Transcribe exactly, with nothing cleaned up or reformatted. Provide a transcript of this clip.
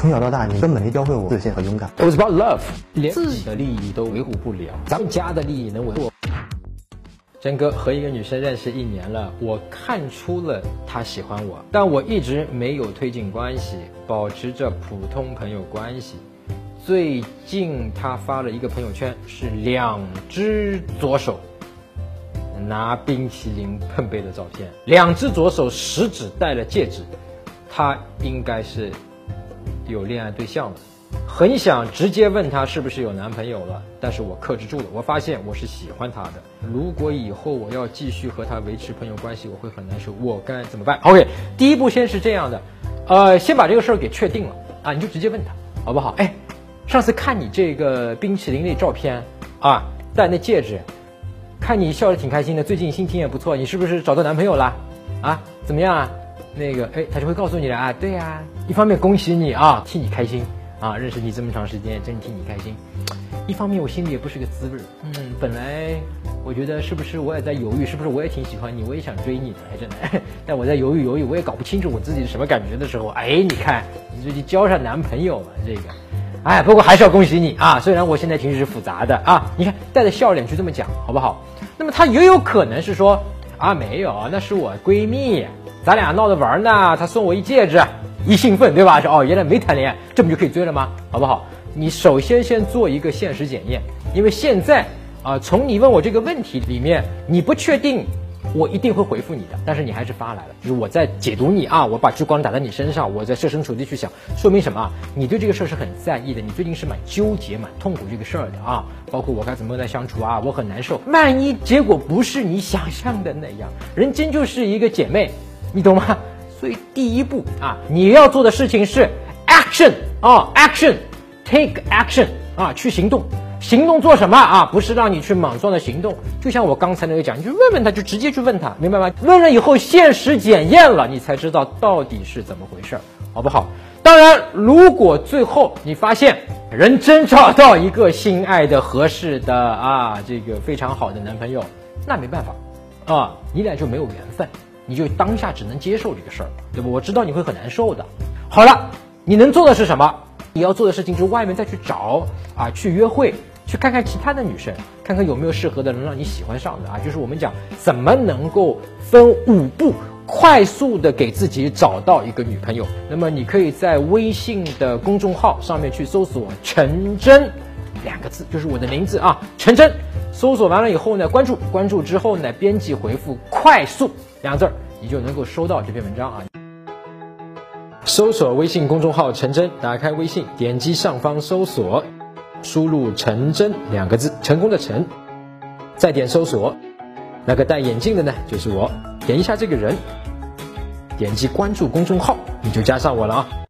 从小到大，你根本没教会我自信和勇敢。 It was about love， 连自己的利益都维护不了，咱们家的利益能维护？真哥和一个女生认识一年了，我看出了她喜欢我，但我一直没有推进关系，保持着普通朋友关系。最近她发了一个朋友圈，是两只左手拿冰淇淋碰杯的照片，两只左手食指戴了戒指，她应该是有恋爱对象了。很想直接问她是不是有男朋友了，但是我克制住了。我发现我是喜欢她的，如果以后我要继续和她维持朋友关系，我会很难受，我该怎么办 ？OK， 第一步先是这样的，呃，先把这个事儿给确定了啊，你就直接问她好不好？哎，上次看你这个冰淇淋那照片啊，戴那戒指，看你笑得挺开心的，最近心情也不错，你是不是找到男朋友了？啊，怎么样啊？那个，哎，他就会告诉你了啊，对呀、啊，一方面恭喜你啊，替你开心。啊，认识你这么长时间，真替你开心。一方面我心里也不是个滋味，嗯，本来我觉得是不是我也在犹豫，是不是我也挺喜欢你，我也想追你的，还真的。但我在犹豫犹豫，我也搞不清楚我自己是什么感觉的时候，哎，你看你最近交上男朋友了，这个，哎，不过还是要恭喜你啊！虽然我现在情绪是复杂的啊，你看带着笑脸去这么讲，好不好？那么他也有可能是说啊，没有，那是我闺蜜，咱俩闹着玩呢，她送我一戒指。一兴奋，对吧？说哦，原来没谈恋爱，这不就可以追了吗？好不好？你首先先做一个现实检验，因为现在啊、呃，从你问我这个问题里面，你不确定我一定会回复你的，但是你还是发来了，就是我在解读你啊，我把聚光打在你身上，我在设身处地去想，说明什么？你对这个事儿是很在意的，你最近是蛮纠结、蛮痛苦这个事儿的啊，包括我该怎么跟他相处啊，我很难受。万一结果不是你想象的那样，人真就是一个姐妹，你懂吗？所以第一步啊，你要做的事情是 action 啊 ，action take action 啊，去行动。行动做什么啊？不是让你去莽撞的行动，就像我刚才那个讲，你就问问他，就直接去问他，明白吗？问了以后，现实检验了，你才知道到底是怎么回事，好不好？当然，如果最后你发现人真找到一个心爱的、合适的啊，这个非常好的男朋友，那没办法啊，你俩就没有缘分。你就当下只能接受这个事儿，对吧？我知道你会很难受的。好了，你能做的是什么？你要做的事情就是外面再去找啊，去约会，去看看其他的女生，看看有没有适合的能让你喜欢上的啊。就是我们讲怎么能够分五步快速的给自己找到一个女朋友。那么你可以在微信的公众号上面去搜索陈真两个字，就是我的名字啊，陈真。搜索完了以后呢，关注关注之后呢，编辑回复快速两个字儿，你就能够收到这篇文章啊。搜索微信公众号陈真，打开微信，点击上方搜索，输入陈真两个字，成功的陈，再点搜索，那个戴眼镜的呢就是我，点一下这个人，点击关注公众号，你就加上我了啊。